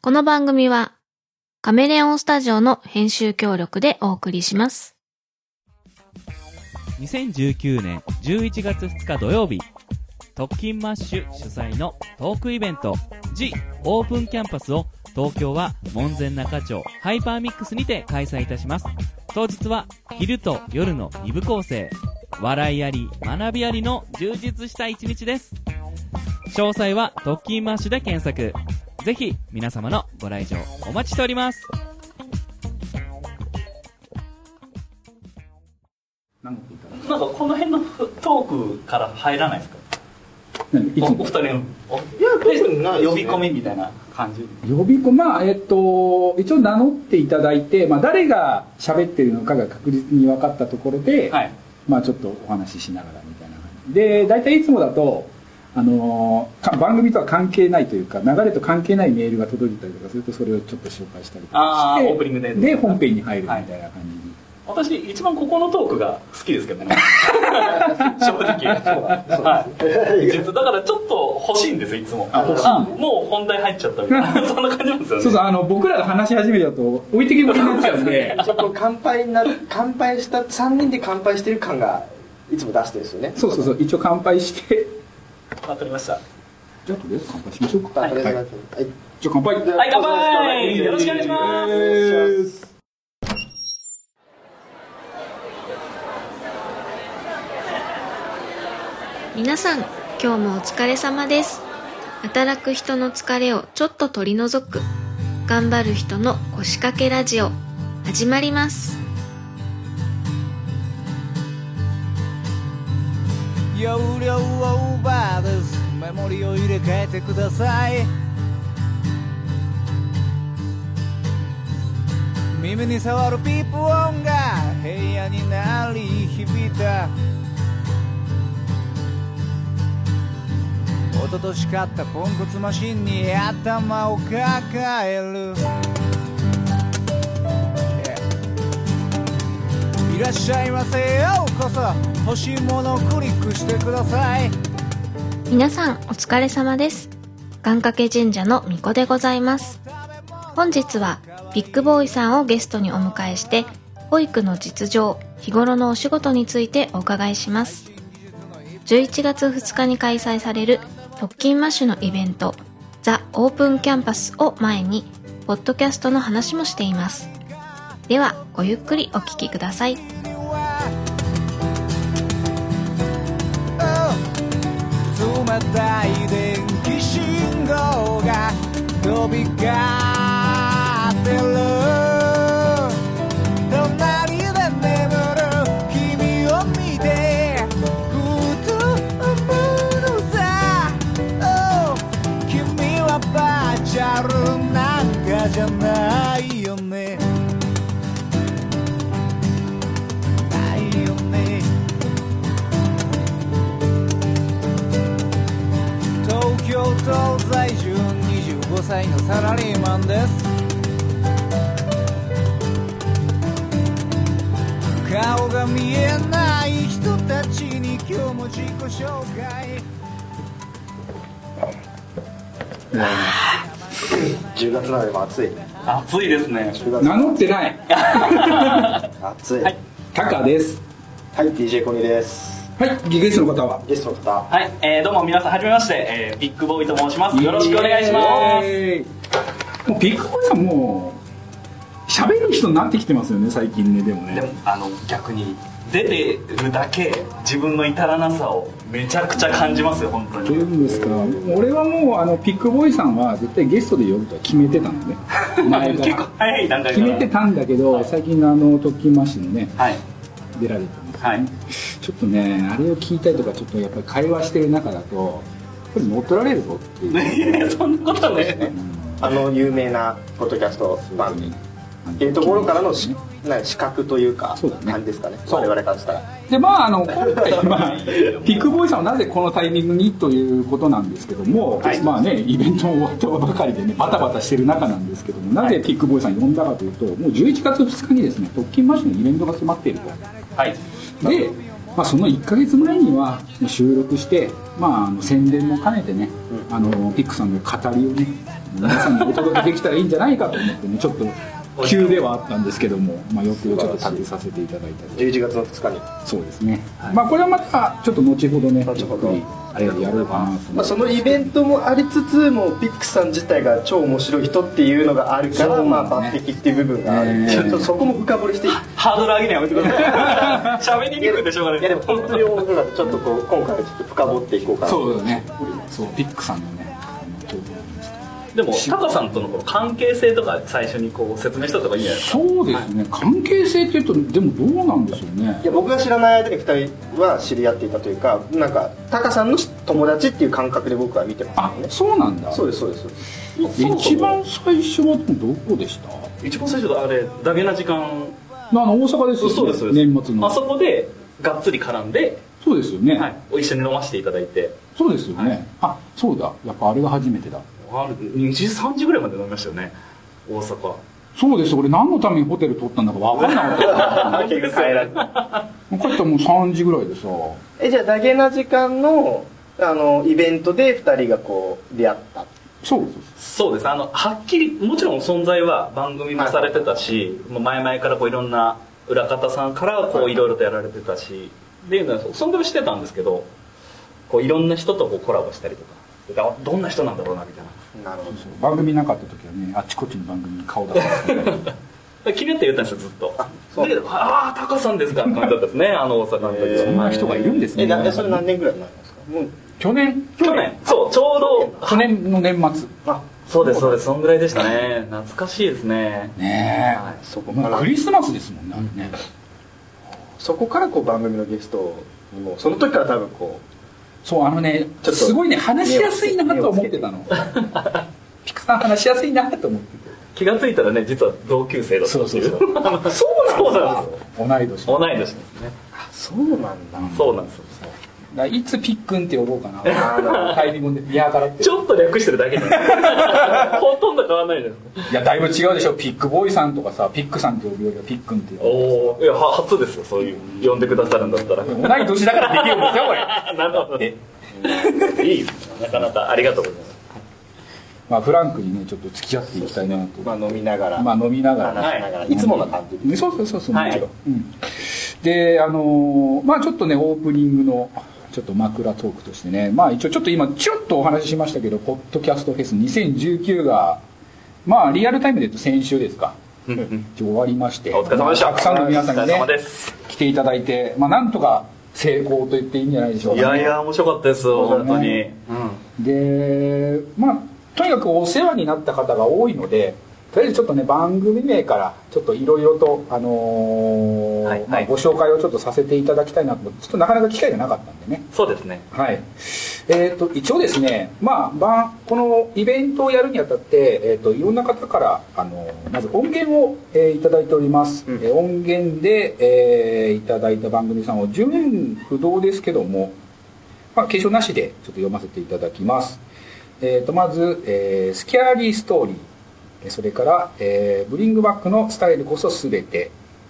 この番組はカメレオンスタジオの編集協力でお送りします。 2019年11月2日土曜日、特勤マッシュ主催のトークイベント The オープンキャンパスを東京は門前仲町ハイパーミックスにて開催いたします。当日は昼と夜の2部構成、笑いあり学びありの充実した一日です。詳細は特勤マッシュで検索。ぜひ皆様のご来場お待ちしております。 なんかこの辺のトークから入らないですか？お二人のいや特にないですね。 呼び込みみたいな感じ。 呼び込み、一応名乗っていただいて、誰が喋ってるのかが確実に分かったところで、 はい、 ちょっとお話ししながらみたいな感じで、大体いつもだと番組とは関係ないというか、流れと関係ないメールが届いたりとかすると、それをちょっと紹介したりとかして、 オープニングで本編に入るみたいな感じに、 私一番ここのトークが好きですけどね正直はい、実だからちょっと欲しいんですいつも。もう本題入っちゃったみたいなそんな感じなんですよね。 そう僕らが話し始めちゃうと置いてきぼりになっちゃうんでちょっと乾杯した3人で乾杯してる感がいつも出してるんですよね。 そう一応乾杯してわかりました。 じゃあとりあえず乾杯しましょうか。はい、じゃあ乾杯。 はい、乾杯。よろしくお願いします。 皆さん、今日もお疲れ様です。働く人の疲れをちょっと取り除く頑張る人の腰掛けラジオ始まります。 容量オーバーです。メモリを入れ替えてください。耳に触るピープ音が部屋に鳴り響いた。一昨年買ったポンコツマシンに頭を抱える、いらっしゃいませ、ようこそ。欲しいものをクリックしてください。 皆さんお疲れ様です。願掛け神社の巫女でございます。本日はビッグボーイさんをゲストにお迎えして、保育の実情、日頃のお仕事についてお伺いします。11月2日に開催される特勤マッシュのイベントザ・オープンキャンパスを前に、ポッドキャストの話もしています。ではごゆっくりお聞きください。 冷たい電気信号が飛び交ってる。隣で眠る君を見てふと思うのさ、君はバーチャルなんかじゃないよね。ないよね。東京都在住25歳のサラリーマンです。顔が見えない人たちに今日も自己紹介。 10月なのでも暑い。 暑いですね。 名乗ってない暑い。 はい、 タカです。 はい、DJ コニーです。 はい、ゲストの方はゲストの方。 はい、どうも皆さんはじめまして、ビッグボーイと申します。よろしくお願いします。 もうビッグボーイさんも喋る人になってきてますよね最近ね。でも逆に出てるだけ自分の至らなさをめちゃくちゃ感じますよ本当に。 どういうんですか。俺はもうピックボーイさんは絶対ゲストで呼ぶとは決めてたのね前から結構早い段階決めてたんだけど、はい、最近の特勤マッシュのね、はい、出られてますね、はい、ちょっとねあれを聞いたりとか、ちょっとやっぱり会話してる中だとこれ乗っ取られるぞっていうそんなことね、 有名なポッドキャスト番組っていうところからの資格というか感じですかね。我々からしたら。 で今回ピックボーイさんはなぜこのタイミングにということなんですけども、はい、イベントも終わったばかりでねバタバタしてる中なんですけども、なぜピックボーイさん呼んだかというと、もう11月2日にですね特勤マッシュのイベントが迫っていると。 はい、 でその1ヶ月前には収録して、宣伝も兼ねてね、ピックさんの語りをね皆さんにお届けできたらいいんじゃないかと思ってね、ちょっと急ではあったんですけども、予定をちょっと立てさせていただいたり、 11月の2日に。 そうですね、これはまたちょっと後ほどね、ゆっくりやろうかなと。 そのイベントもありつつもピックさん自体が超面白い人っていうのがあるから、抜擢っていう部分がある。ちょっとそこも深掘りしてハードル上げるのやめてください。喋りにくいでしょうがない。 いやでも本当に面白かった。ちょっと今回はちょっと深掘っていこうかな。 そうだね。そうピックさんのね。 でもタカさんとのこの関係性とか最初にこう説明した方がいいんじゃないですか。 そうですね、関係性っていうとでもどうなんでしょうね。 いや僕が知らない間に2人は知り合っていたというか、なんかタカさんの友達っていう感覚で僕は見てますね。 そうなんだ。 そうですそうです。 一番最初はどこでした？ 一番最初あれダゲな時間、 大阪ですよね。 そうです年末のあそこでがっつり絡んで、 そうですよね、 一緒に飲ませていただいて。 そうですよね、そうだ、やっぱあれが初めてだ。 2時3時ぐらいまで飲みましたよね、大阪。 そうです。俺何のためにホテル取ったんだか分かんなかった結局帰らず帰ったらもう3時ぐらいでさ。 じゃあダゲな時間のイベントで2人がこう出会った。 そうです。はっきりもちろん存在は番組もされてたし、前々からこういろんな裏方さんからこういろいろとやられてたし、っていうのは存在はしてたんですけど、こういろんな人とこうコラボしたりとか、どんな人なんだろうなみたいな。 なるほど。 番組なかった時はね、あっちこっちの番組に顔出して気になって言ったんですよ、ずっと。で、タカさんですかって感じだったですね、大阪の時は。 そんな人がいるんですね。 それ何年ぐらい前なんですか？もう去年、 そう、ちょうど去年の年末。 そうです、そんぐらいでしたね。懐かしいですね。 ねえ、そこもうクリスマスですもんね。 そこからこう番組のゲストにもその時から多分こう。 そうすごいね、話しやすいなと思ってたの。ピクさん話しやすいなと思ってて、 気がついたらね、実は同級生だったっていう。そうなんです。 同い年ですね。 そうなんだ。 そうなんです。 いつピックンって呼ぼうかな。タイミングで見計らって。 ちょっと略してるだけで。ほとんど変わらないです。 いや、だいぶ違うでしょ。ピックボーイさんとかさ、ピックさんって呼ぶよりはピックンって呼ぶ。 いや、初ですよ、そういう呼んでくださるんだったら。 同い年だからできるんですよ、これ。 なるほど。いいですね。なかなかありがとうございます。 フランクにね、ちょっと付き合っていきたいなと。 飲みながら。 飲みながら。 話しながら。いつもの感じで。 そう、もちろん。で、ちょっとね、オープニングの、ちょっと枕トークとしてね、一応ちょっと今ちょっとお話ししましたけど、ポッドキャストフェス2019がリアルタイムで言うと先週ですか、終わりまして、 お疲れ様でした。 たくさんの皆さんにね来ていただいて、なんとか成功と言っていいんじゃないでしょうか、ね。 いや面白かったですよ、本当に。 でとにかくお世話になった方が多いので、とりあえずちょっとね、番組名からちょっといろいろとご紹介をちょっとさせていただきたいなと。ちょっとなかなか機会がなかったんでね。 そうですね。 はい。一応ですね、このイベントをやるにあたって、いろんな方からまず音源を、いただいております。音源で、いただいた番組さんを順不動ですけども、継承なしでちょっと読ませていただきます。まず、スキャーリーストーリー。それから、ブリングバックのスタイルこそ全て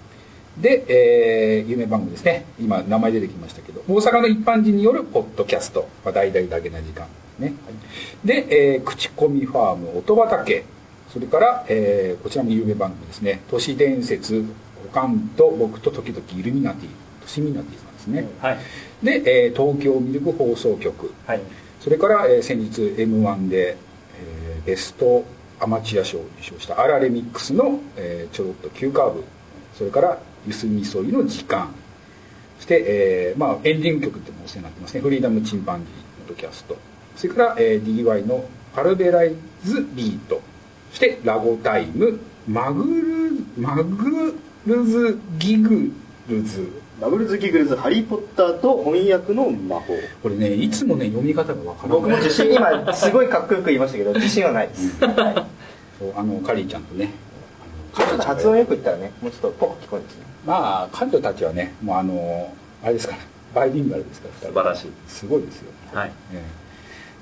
で、有名番組ですね。今名前出てきましたけど、大阪の一般人によるポッドキャスト、大々だけな時間ね。で、口コミファーム音畑、それから、こちらも有名番組ですね。都市伝説、おかんと僕と時々イルミナティ、都市ミナティさんですね。で、東京ミルク放送局、それから、先日 M1 で、ベストアマチュア賞を受賞したアラレミックスの、ちょろっと急カーブ、それからゆすみそいの時間、そして、エンディング曲ってもお世話になってますね。フリーダムチンパンジーポッドキャスト、それから、DY のパルベライズビート、そしてラゴタイム、マグルズギグルズ、 ハリー・ポッターと翻訳の魔法。 これね、いつもね、読み方がわからない。 僕も自信、今すごいかっこよく言いましたけど自信はないです。 そう、カリーちゃんとね、 発音よく言ったらね、もうちょっとポコ聞こえるんですね。 彼女たちはね、もうあれですから、バイリンガルですから、 素晴らしい、 すごいですよ。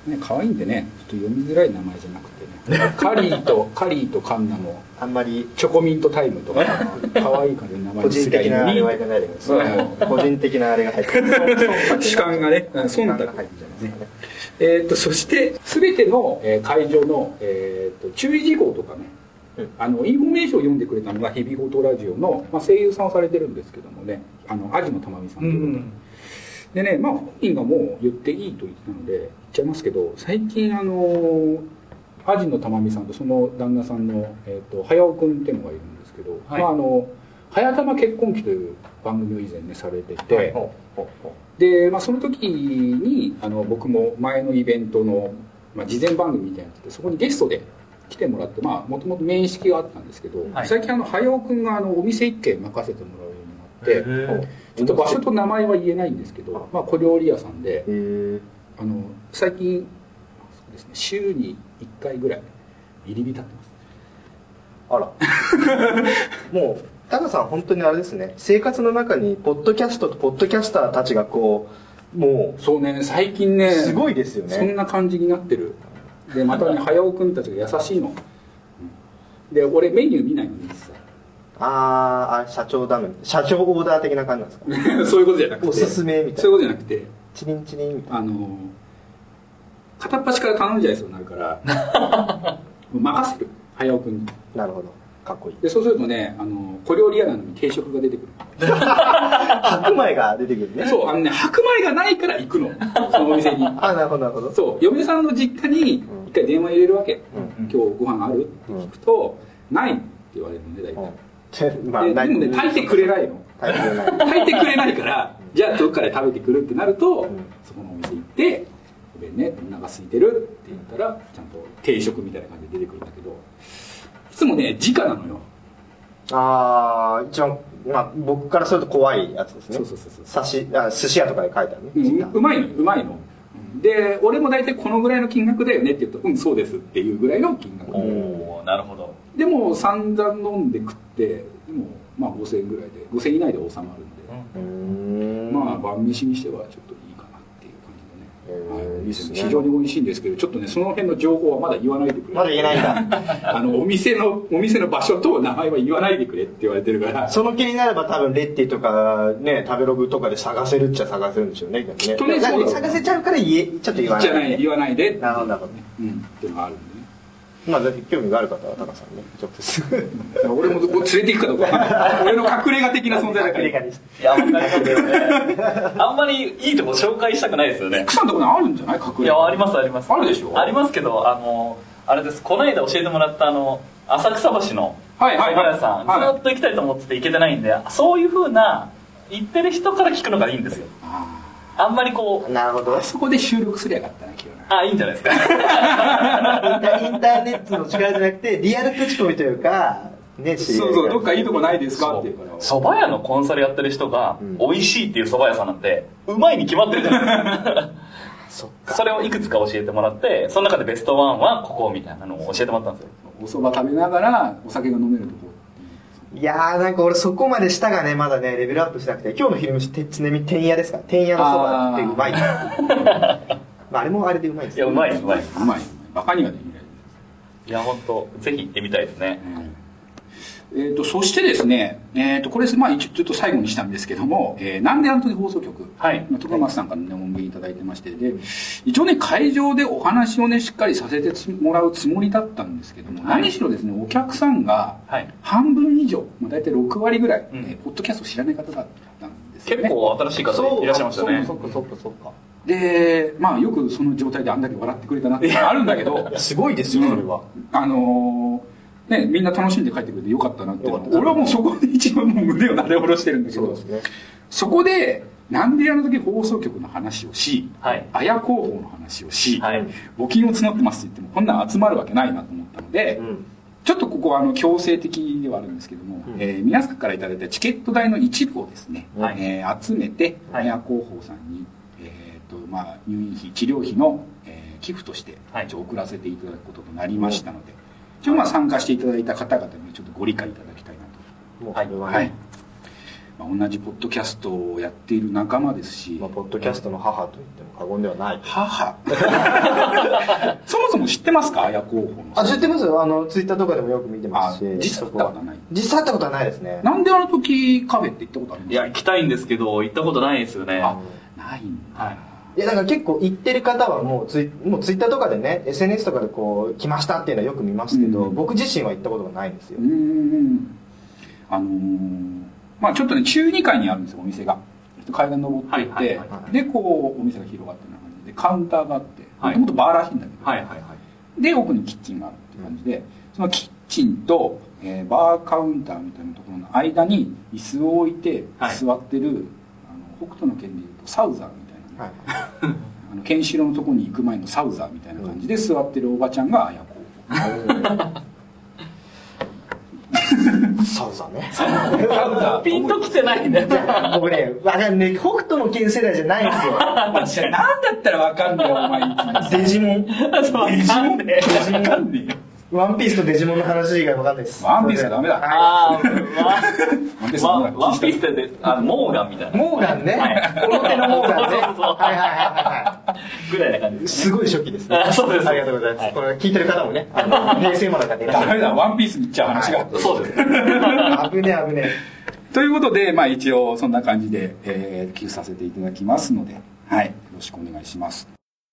ね、可愛いんでね、ちょっと読みづらい名前じゃなくてね、カリーとカンナのあんまりチョコミントタイムとか可愛い感じの名前個にすりゃいいのに、 人的なあれはないでください。個人的なあれが入ってる。 主観がね、忖度が入ってるんじゃないですね。そして全ての会場の注意事項とかね、インフォメーションを読んでくれたのがヘビゴトラジオの、声優さんをされてるんですけどもね、アジのたまみさんということでね、本人がもう言っていいと言ってたので言っちゃいますけど、最近アジのたまみさんとその旦那さんの早尾くんっていうのがいるんですけど、早玉結婚記という番組を以前ねされてて、で、その時に僕も前のイベントの、事前番組みたいなのやってて、そこにゲストで来てもらって、もともと面識があったんですけど、最近早尾くんがお店一軒任せてもらうようになって、ちょっと場所と名前は言えないんですけど、小料理屋さんで、最近そうですね、週に1回ぐらい入り浸ってます。 あらもうタカさん本当にあれですね、生活の中にポッドキャストとポッドキャスターたちがこうもうそうね、最近ねすごいですよね、 そんな感じになってる。でまたね早尾くんたちが優しいので、俺メニュー見ないのに実際社長オーダー的な感じなんですかそういうことじゃなくて、 おすすめみたいな、 そういうことじゃなくて、 チリンチリンみたいな、 片っ端から頼んじゃいそうになるから任せる早尾くんに。なるほど、かっこいい。 でそうするとね、小料理屋なのに定食が出てくる白米が出てくるね。 そう、白米がないから行くの、そのお店に。 なるほどなるほど。 そう、嫁さんの実家に一回電話入れるわけ、今日ご飯あるって聞くと、ないって言われるので大体、でもね炊いてくれないの、炊いてくれないからじゃあどっかで食べてくるってなると、そこのお店行って「ごめんね、お腹空いてる」って言ったらちゃんと定食みたいな感じで出てくるんだけど、いつもね直なのよ。 一番僕からすると怖いやつですね。寿司屋とかで書いてあるね。 うまいので、俺も大体このぐらいの金額だよねって言うと、そうですっていうぐらいの金額。 なるほど。 でも散々飲んで食って、でも5000円ぐらいで、5000円以内で収まるんで、晩飯にしてはちょっといいかなっていう感じでね。いいですね。非常に美味しいんですけど、ちょっとねその辺の情報はまだ言わないでくれ。 まだ言えないんだ。 お店の場所と名前は言わないでくれって言われてるから。 その気になれば多分レッティとかね、食べログとかで探せるっちゃ探せるんでしょうね。 きっとね、 探せちゃうからちょっと言わない。 言わないで。 なるほどね。 っていうのがあるんでね。 興味がある方はタカさんね、直接。 俺も連れて行くかどうか。俺の隠れ家的な存在だから。 いや、わかりますよね。あんまりいいとこ紹介したくないですよね。 奥さんとこにあるんじゃない？隠れ家。 いや、ありますあります。 あるでしょ？ ありますけど、あれです。この間教えてもらった浅草橋の蕎麦屋さん、ずっと行きたいと思ってて行けてないんで、そういう風な行ってる人から聞くのがいいんですよ。あんまりこう。 なるほど。 あそこで収録すりゃよかったな、今日。 いいんじゃないですか。 インターネットの力じゃなくてリアル口コミというかね、 そうどっかいいとこないですかっていうから、 蕎麦屋のコンサルやってる人が美味しいっていう蕎麦屋さんなんてうまいに決まってるじゃないですか。それをいくつか教えてもらって、その中でベストワンはここみたいなのを教えてもらったんですよ。 お蕎麦食べながらお酒が飲めるとこ。 いやー、なんか俺そこまで舌がねまだねレベルアップしなくて、今日の昼飯つねみ天屋ですか、天屋の蕎麦ってうまいあれもあれでうまいです。 いや、うまいバカにはできない。 いや、本当ぜひ行ってみたいですね。 そしてですね、これちょっと最後にしたんですけども、なんであの時放送局、徳松さんからねお目いただいてまして、で一応ね会場でお話をねしっかりさせてもらうつもりだったんですけども、何しろですねお客さんが半分以上、大体6割ぐらい、ポッドキャスト知らない方だったんですよね。 結構新しい方いらっしゃいましたね。 そっか。 でよくその状態であんだけ笑ってくれたなってあるんだけどすごいですよそれは。 みんな楽しんで帰ってくれてよかったなって俺はもうそこで一番もう胸をなで下ろしてるんだけど、そこでなんであの時放送局の話をし、綾広報の話をし、募金を募ってますって言ってもこんなん集まるわけないなと思ったので、ちょっとここは強制的ではあるんですけども、皆さんからいただいたチケット代の一部をですね、集めて綾広報さんに入院費治療費の寄付として送らせていただくこととなりましたので、参加していただいた方々にちょっとご理解いただきたいなと。 同じポッドキャストをやっている仲間ですし、 ポッドキャストの母と言っても過言ではない。 母そもそも知ってますか、綾候補の。 知ってますよ。ツイッターとかでもよく見てますし。 実際会ったことはない。 実際会ったことはないですね。 なんであの時カフェって行ったことあるんですか？ いや、行きたいんですけど、行ったことないですよね。 ないんだ。はい。 いや、だから結構行ってる方はもうツイッターとかでね、SNS とかでこう、来ましたっていうのはよく見ますけど、僕自身は行ったことがないんですよ。 ちょっとね、中2階にあるんですよ、お店が。階段登っていって、で、こう、お店が広がってるような感じで、カウンターがあって、もともとバーらしいんだけど、で、奥にキッチンがあるっていう感じで、そのキッチンと、バーカウンターみたいなところの間に椅子を置いて座ってる、北斗の拳でいうとサウザーみたいな、ケンシロウのところに行く前のサウザーみたいな感じで座ってるおばちゃんが綾子。 サウザーね。 サウザーピンときてないんだよ。 僕ね、わかんねえ、北斗の拳世代じゃないんですよ。 なんだったらわかんねえよ、お前。 デジモン。 デジモンね。わかんねえよ。 ワンピースとデジモンの話以外わかんないです。 ワンピースはダメだ。 ワンピースってモーガンみたいな。 モーガンね。この手のモーガンね。 ぐらいな感じです。 すごい初期ですね。そうです。ありがとうございます。これ聞いてる方もね、平成までかっていらっしゃる。 ダメだ、ワンピースに行っちゃう話が。 そうです。 危ねえ危ねえ。ということで、一応そんな感じで寄付させていただきますので、はい、よろしくお願いします。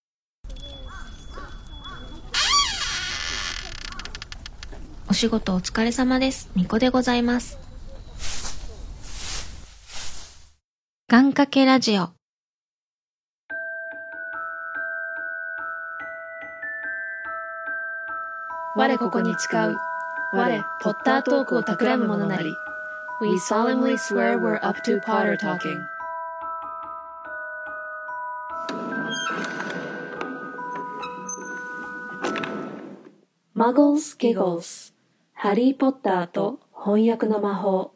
お仕事お疲れ様です。みこでございます。願掛けラジオ。 我ここに誓う。我、ポッタートークを企む者なり。We solemnly swear we're up to Potter talking. Muggles Giggles ハリー・ポッターと翻訳の魔法。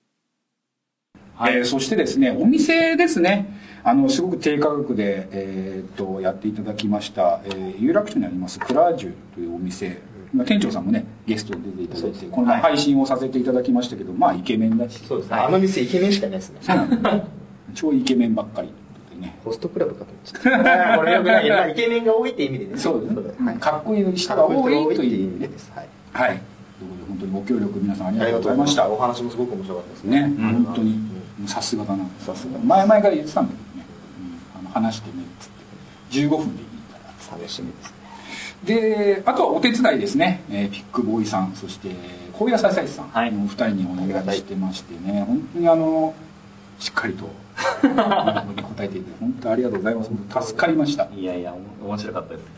そしてですね、お店ですね、すごく低価格で、やっていただきました、有楽町にありますクラージュというお店、店長さんもねゲストで出ていただいて、この配信をさせていただきましたけど、イケメンだし、 そうですね、あの店イケメンしかいないですね。 そうなんだ、超イケメンばっかりでね。 ホストクラブかと思っちゃった。これよくないけど、イケメンが多いって意味でね。 そうですね、かっこいい人が多いという意味です。はい、ということで本当にご協力皆さんありがとうございました。 お話もすごく面白かったですね。 本当にさすがだな。さすが。前々から言ってたんだけどね、話してねっつって15分でいいから楽しみですね。で、あとはお手伝いですね、ピックボーイさん、そして高野菜菜師さんのお二人にお願いしてましてね、本当にしっかりと答えていて本当にありがとうございます。助かりました。 いやいや、面白かったです。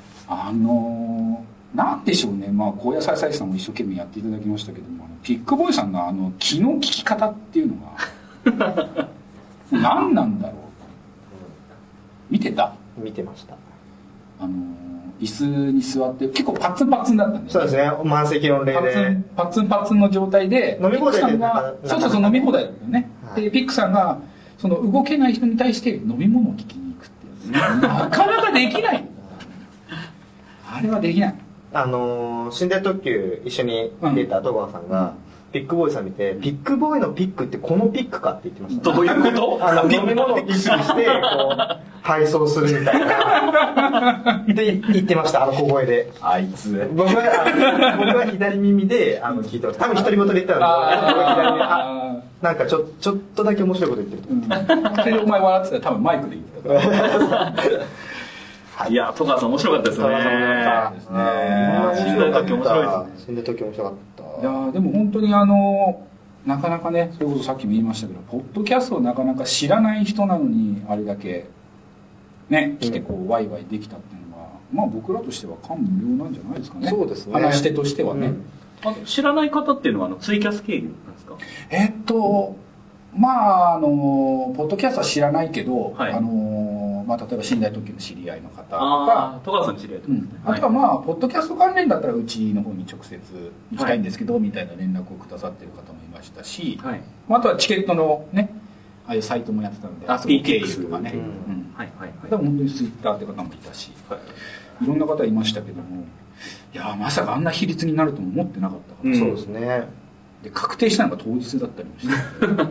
なんでしょうね、高野菜菜師さんも一生懸命やっていただきましたけども、ピックボーイさんの気の利き方っていうのが何なんだろう。見てました。椅子に座って結構パツンパツンだったんです。 そうですね、満席御礼でパツンパツンの状態で飲み放題で、 そう飲み放題だったよね。でピックさんがその動けない人に対して飲み物を聞きに行くっていう、なかなかできない。あれはできない。 寝台特急一緒に出た戸川さんが、ピックボーイさん見て、ピックボーイのピックってこのピックかって言ってました、ね。 どういうこと？ 飲み物をピックしてこう配送するみたいなで言ってました。小声で。 あいつ。 僕は左耳で聞いてます。多分独り言で言ったら僕は左耳なんかちょっとだけ面白いこと言ってると思う。 それでお前笑ってたら多分マイクで言ってた。 いや、戸川さん面白かったですね。 面白かったですね。 寝台特急面白いですね。 寝台特急面白かった。 いやでも本当になかなかね、それこそさっきも言いましたけど、ポッドキャストをなかなか知らない人なのにあれだけね来てこうワイワイできたっていうのは、僕らとしては感無量なんじゃないですかね。 そうですね。 話し手としてはね。 知らない方っていうのはツイキャス経由なんですか？ ポッドキャストは知らないけど、例えば寝台特急の知り合いの方とか、 戸川さんの知り合いとかですね。 あとはポッドキャスト関連だったらうちの方に直接行きたいんですけど、みたいな連絡をくださってる方もいましたし、あとはチケットのね、ああいうサイトもやってたので、PKS とかね、でも本当にツイッターって方もいたし、いろんな方いましたけども、いやまさかあんな比率になるとも思ってなかったから、 そうですね。 で確定したのが当日だったりもして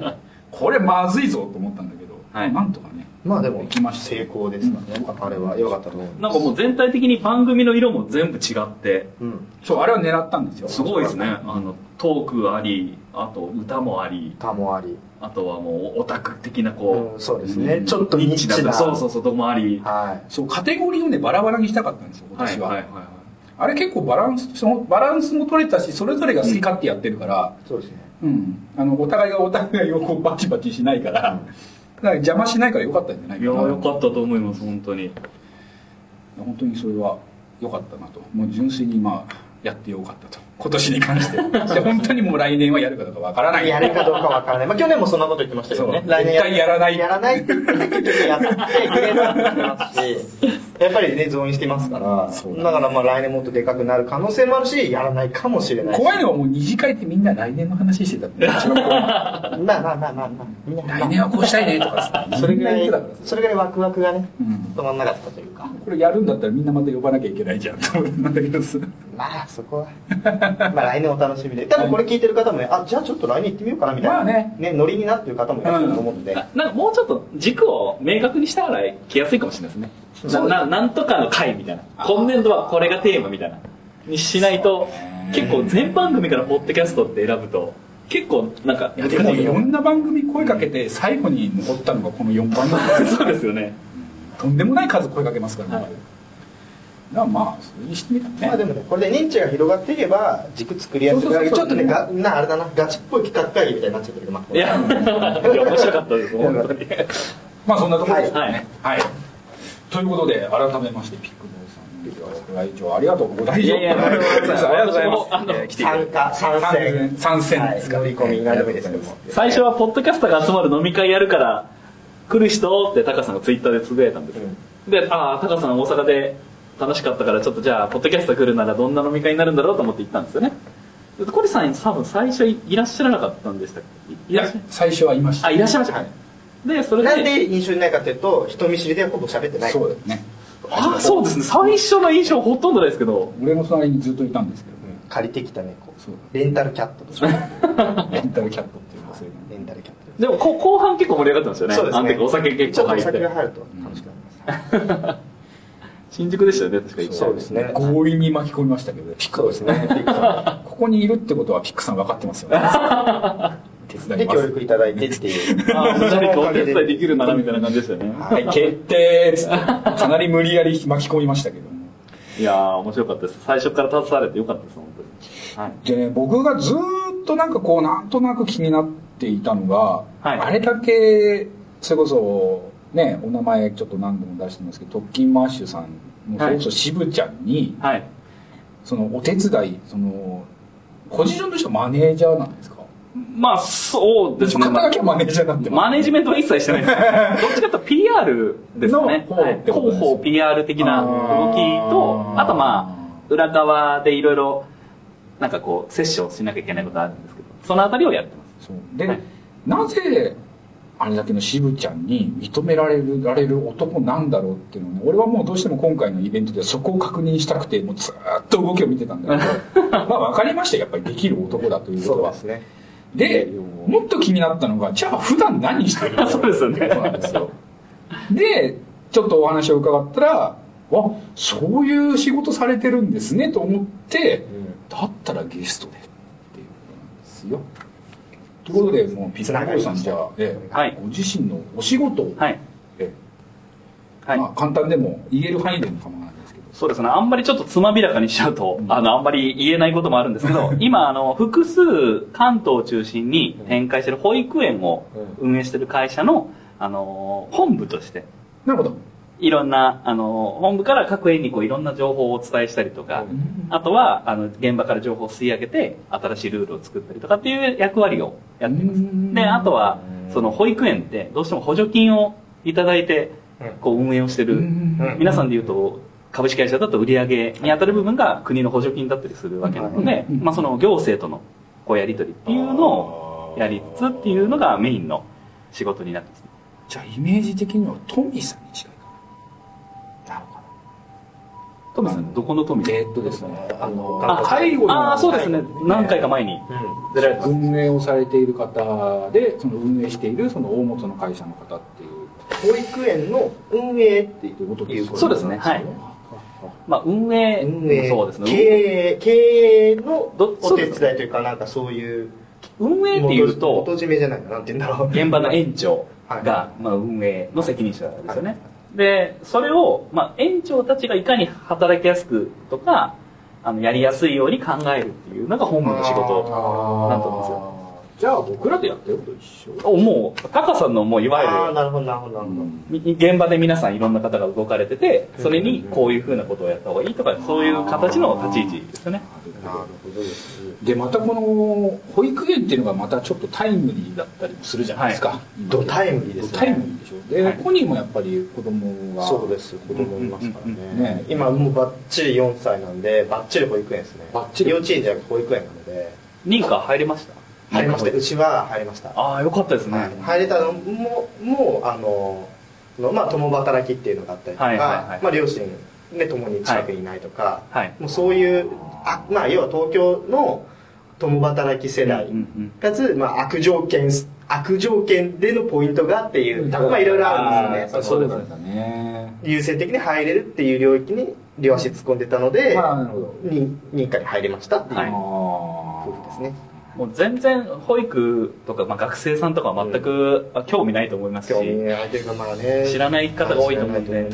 これまずいぞと思ったんだけど、なんとかねまあでもできました成功ですかね、あれは良かったと思います。 なんかもう全体的に番組の色も全部違って、 そうあれは狙ったんですよ。 すごいですね。トークあり、あと歌もあり、あとはもうオタク的なこう、 そうですね、ちょっとニッチな、 そうともあり、 そうカテゴリーをねバラバラにしたかったんですよ今年は。あれ結構バランスも取れたし、それぞれが好き勝手やってるから、 そうですね。 お互いがこうバチバチしないから、だから邪魔しないから良かったんじゃないかな。 いや良かったと思います本当に。 本当にそれは良かったなと。もう純粋にやってよかったと。今年に関してで本当にもう来年はやるかどうかわからない。 やるかどうかわからない。去年もそんなこと言ってましたけどね。 来年絶対やらないって言って結局やってくれなくなってますし、やっぱりね増員してますから。だから来年もっとでかくなる可能性もあるし、やらないかもしれない。 怖いのはもう二次会ってみんな来年の話してたって。 まあ。 来年はこうしたいねとかさ。 それぐらいワクワクがね止まんなかったというか。 これやるんだったらみんなまた呼ばなきゃいけないじゃんと思うんだけどさ。 まあそこは来年お楽しみで。多分これ聞いてる方もね、じゃあちょっと来年行ってみようかなみたいなねノリになってる方もいらっしゃると思うんで、 なんかもうちょっと軸を明確にしたら来やすいかもしれないですね。なんとかの回みたいな、今年度はこれがテーマみたいなにしないと、結構全番組からポッドキャストって選ぶと結構なんかでもいろんな番組声かけて最後に残ったのがこの4番組そうですよね。 とんでもない数声かけますからね。それにしてみたね。 でもね、これで認知が広がっていけば軸作りやすくなる。ちょっとね、あれだな、ガチっぽい企画会議みたいになっちゃったけど、 いや面白かったです本当に。 そんなところですね。はい。ということで改めましてピックボーイさんご来場ありがとうございます。 ありがとうございます。 参戦ですか。乗り込み何でもいいですけども。 最初はポッドキャスターが集まる飲み会やるから来る人ってタカさんがツイッターでつぶやいたんですよ。で、タカさん大阪で楽しかったからちょっとじゃあポッドキャスト来るならどんな飲み会になるんだろうと思って行ったんですよね。コリさん多分最初いらっしゃらなかったんでしたっけ？ いや最初はいました。 いらっしゃいました。でそれでなんで印象にないかというと人見知りでほぼ喋ってない。 そうですね。 そうですね。最初の印象ほとんどないですけど、 俺の隣にずっといたんですけどね。 借りてきた猫、レンタルキャットとレンタルキャットっていうのはそういうレンタルキャット。 でも後半結構盛り上がってますよね。 そうですね。 お酒結構入って。 ちょっとお酒が入ると楽しくなります。 新宿でしたよね、確か。 そうですね。 強引に巻き込みましたけど、 ピックですね。ピックさん。 ここにいるってことはピックさん分かってますよね。手伝います。 で協力いただいてっていう。 何かお手伝いできるならみたいな感じでしたよね。 はい、決定っつってかなり無理やり巻き込みましたけども。 いやー面白かったです。最初から携われてよかったです本当に。はい。 でね、僕がずーっとなんとなく気になっていたのが、あれだけそれこそねお名前ちょっと何度も出してますけど、特勤マッシュさんもそれこそ渋ちゃんに、そのお手伝いポジションとしてはマネージャーなんですか？ そうですね。 肩書きはマネージャーなんてマネージメントは一切してないです。どっちかというと PR ですかね。広報 PR 的な動きと、あと裏側でいろいろなんかこうセッションしなきゃいけないことあるんですけど、そのあたりをやってます。 で、なぜあれだけの渋ちゃんに認められる男なんだろうっていうのをね、俺はもうどうしても今回のイベントでそこを確認したくて、もうずーっと動きを見てたんだけど分かりました。やっぱりできる男だということは。 そうですね。 で、もっと気になったのが、じゃあ普段何してるの？ そうですよね。 そうなんですよ。で、ちょっとお話を伺ったら、そういう仕事されてるんですねと思って、だったらゲストでっていうことなんですよ。ということで、もうピックボーイさんじゃあ、ご自身のお仕事を、簡単でも言える範囲でも構わないですけど。 そうですね。あんまりちょっとつまびらかにしちゃうと、あんまり言えないこともあるんですけど、今複数関東を中心に展開している保育園を運営している会社の本部として、 なるほど。 いろんな本部から各園にいろんな情報をお伝えしたりとか、あとは現場から情報を吸い上げて新しいルールを作ったりとかっていう役割をやっています。で、あとはその保育園ってどうしても補助金をいただいて運営をしてる、皆さんでいうと株式会社だと売り上げに当たる部分が国の補助金だったりするわけなので、その行政とのやり取りっていうのをやりつつっていうのがメインの仕事になってますね。 じゃあイメージ的にはトミーさんに近いかな。なるほど。 トミさんどこのトミさん？ ですね、 あ、 介護の、 そうですね、何回か前に出られてます。 運営をされている方で、その運営しているその大元の会社の方っていう。 保育園の運営っていうことですね。 そうですね、はい。まあ運営そうですね。 経営のお手伝いというか、なんかそういう運営っていうと元締めじゃないかなんて言うんだろう。 現場の園長がまあ運営の責任者ですよね。でそれをまあ園長たちがいかに働きやすくとかやりやすいように考えるっていうのが本部の仕事なんと思うんですよ。 じゃあ僕らでやってること一緒。 もうタカさんのもういわゆるなるほどなるほどなるほど。 現場で皆さんいろんな方が動かれてて、それにこういうふうなことをやった方がいいとか、そういう形の立ち位置ですよね。 なるほどです。 でまたこの保育園っていうのがまたちょっとタイムリーだったりもするじゃないですか。 ドタイムリーですね。 タイムリーでしょ。でここにもやっぱり子供がそうです子供いますからね。今もうバッチリ4歳なんでバッチリ保育園ですね。バッチリ幼稚園じゃなく保育園なので。 認可入れました？ 入りました。うちは入りました。 ああ、よかったですね。 入れたのもまあ共働きっていうのがあったりとか、まあ両親で共に近くにいないとか、もうそういうまあ要は東京の共働き世代かつまあ悪条件でのポイントがっていうまあいろいろあるんですよね。 そうですね。 優先的に入れるっていう領域に両足突っ込んでたので、認可に入りましたっていう夫婦ですね。 もう全然保育とか、まあ、学生さんとかは全く興味ないと思いますし、知らない方が多いと思うんで、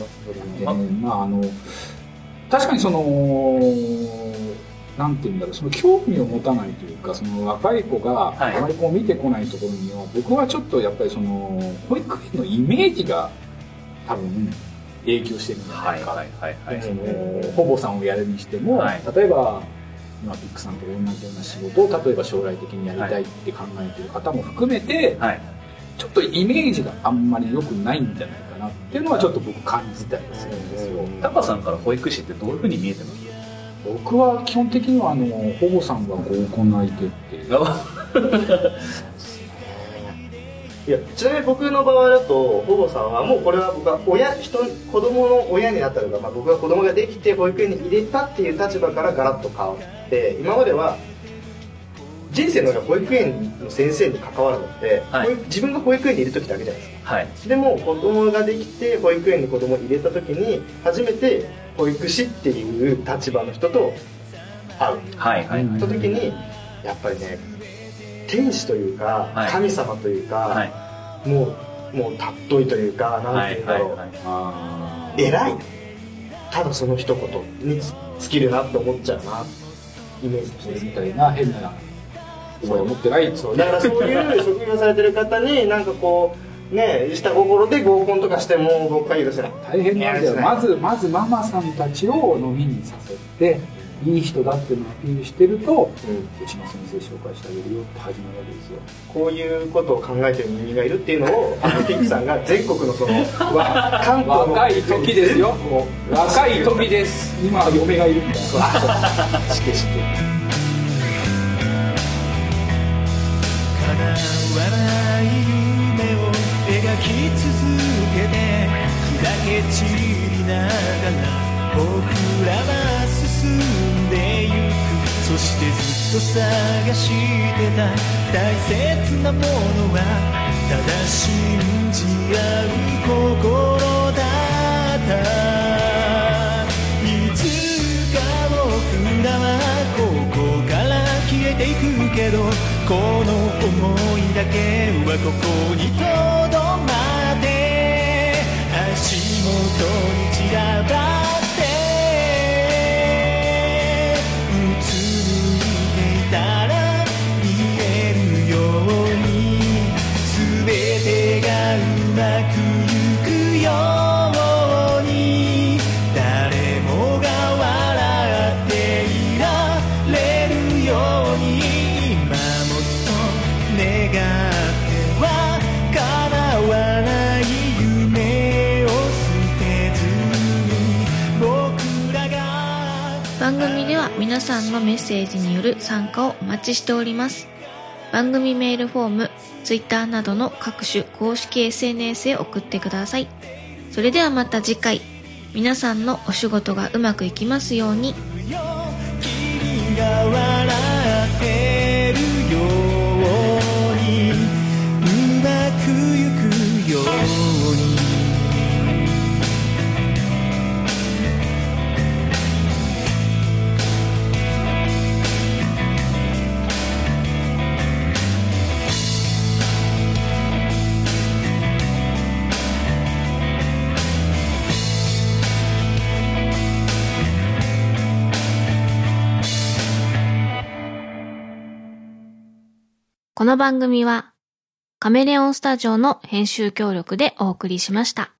確かにそのなんていうんだろう、その興味を持たないというか、その若い子があまりこう見てこないところには、僕はちょっとやっぱりその保育園のイメージが多分影響してるんじゃないか。保母さんをやるにしても、例えば今ピックさんと同じような仕事を例えば将来的にやりたいって考えている方も含めて、ちょっとイメージがあんまり良くないんじゃないかなっていうのはちょっと僕感じたりするんですよ。 タカさんから保育士ってどういうふうに見えてます？ 僕は基本的には保母さんが合コンの相手っていういやちなみに僕の場合だと保母さんはもうこれは僕は子供の親になったのが、まあ、僕が子供ができて保育園に入れたっていう立場からガラッと変わって今までは人生の保育園の先生に関わるのって、自分が保育園にいる時だけじゃないですか、でも子供ができて保育園に子供を入れた時に初めて保育士っていう立場の人と会う、その時にやっぱりね天使というか、神様というか、もう尊いというかなんていうんだろう、偉いただその一言に尽きるなって思っちゃうなイメージとしてみたいな変な思いを持ってないだからそういう職業されてる方になんかこうね下心で合コンとかしても僕は許せない。 大変なんだよ。まずママさんたちを飲みに誘っていい人だっていうのをアピールしてると、うちの先生紹介してあげるよって始まるわけですよ。 こういうことを考えてる人間がいるっていうのをピックさんが全国のその関東の若い時ですよ。若い時です。今は嫁がいるみたいな。しけしけ。 叶わない夢を描き続けて砕け散りながら僕らは進んでゆく。そしてずっと探してた大切なものはただ信じ合う心だった。いつか僕らはここから消えていくけどこの想いだけはここにとどまって足元に散らばってうつむいていたら見えるように全てがうまくいくように誰もが笑っていられるように願っては叶わない夢を捨てずに僕らが。 番組では皆さんのメッセージによる参加をお待ちしております。番組メールフォーム、Twitter などの各種公式 SNS へ送ってください。それではまた次回、 皆さんのお仕事がうまくいきますように。 君が笑ってるようにうまくゆくように。 この番組はカメレオンスタジオの編集協力でお送りしました。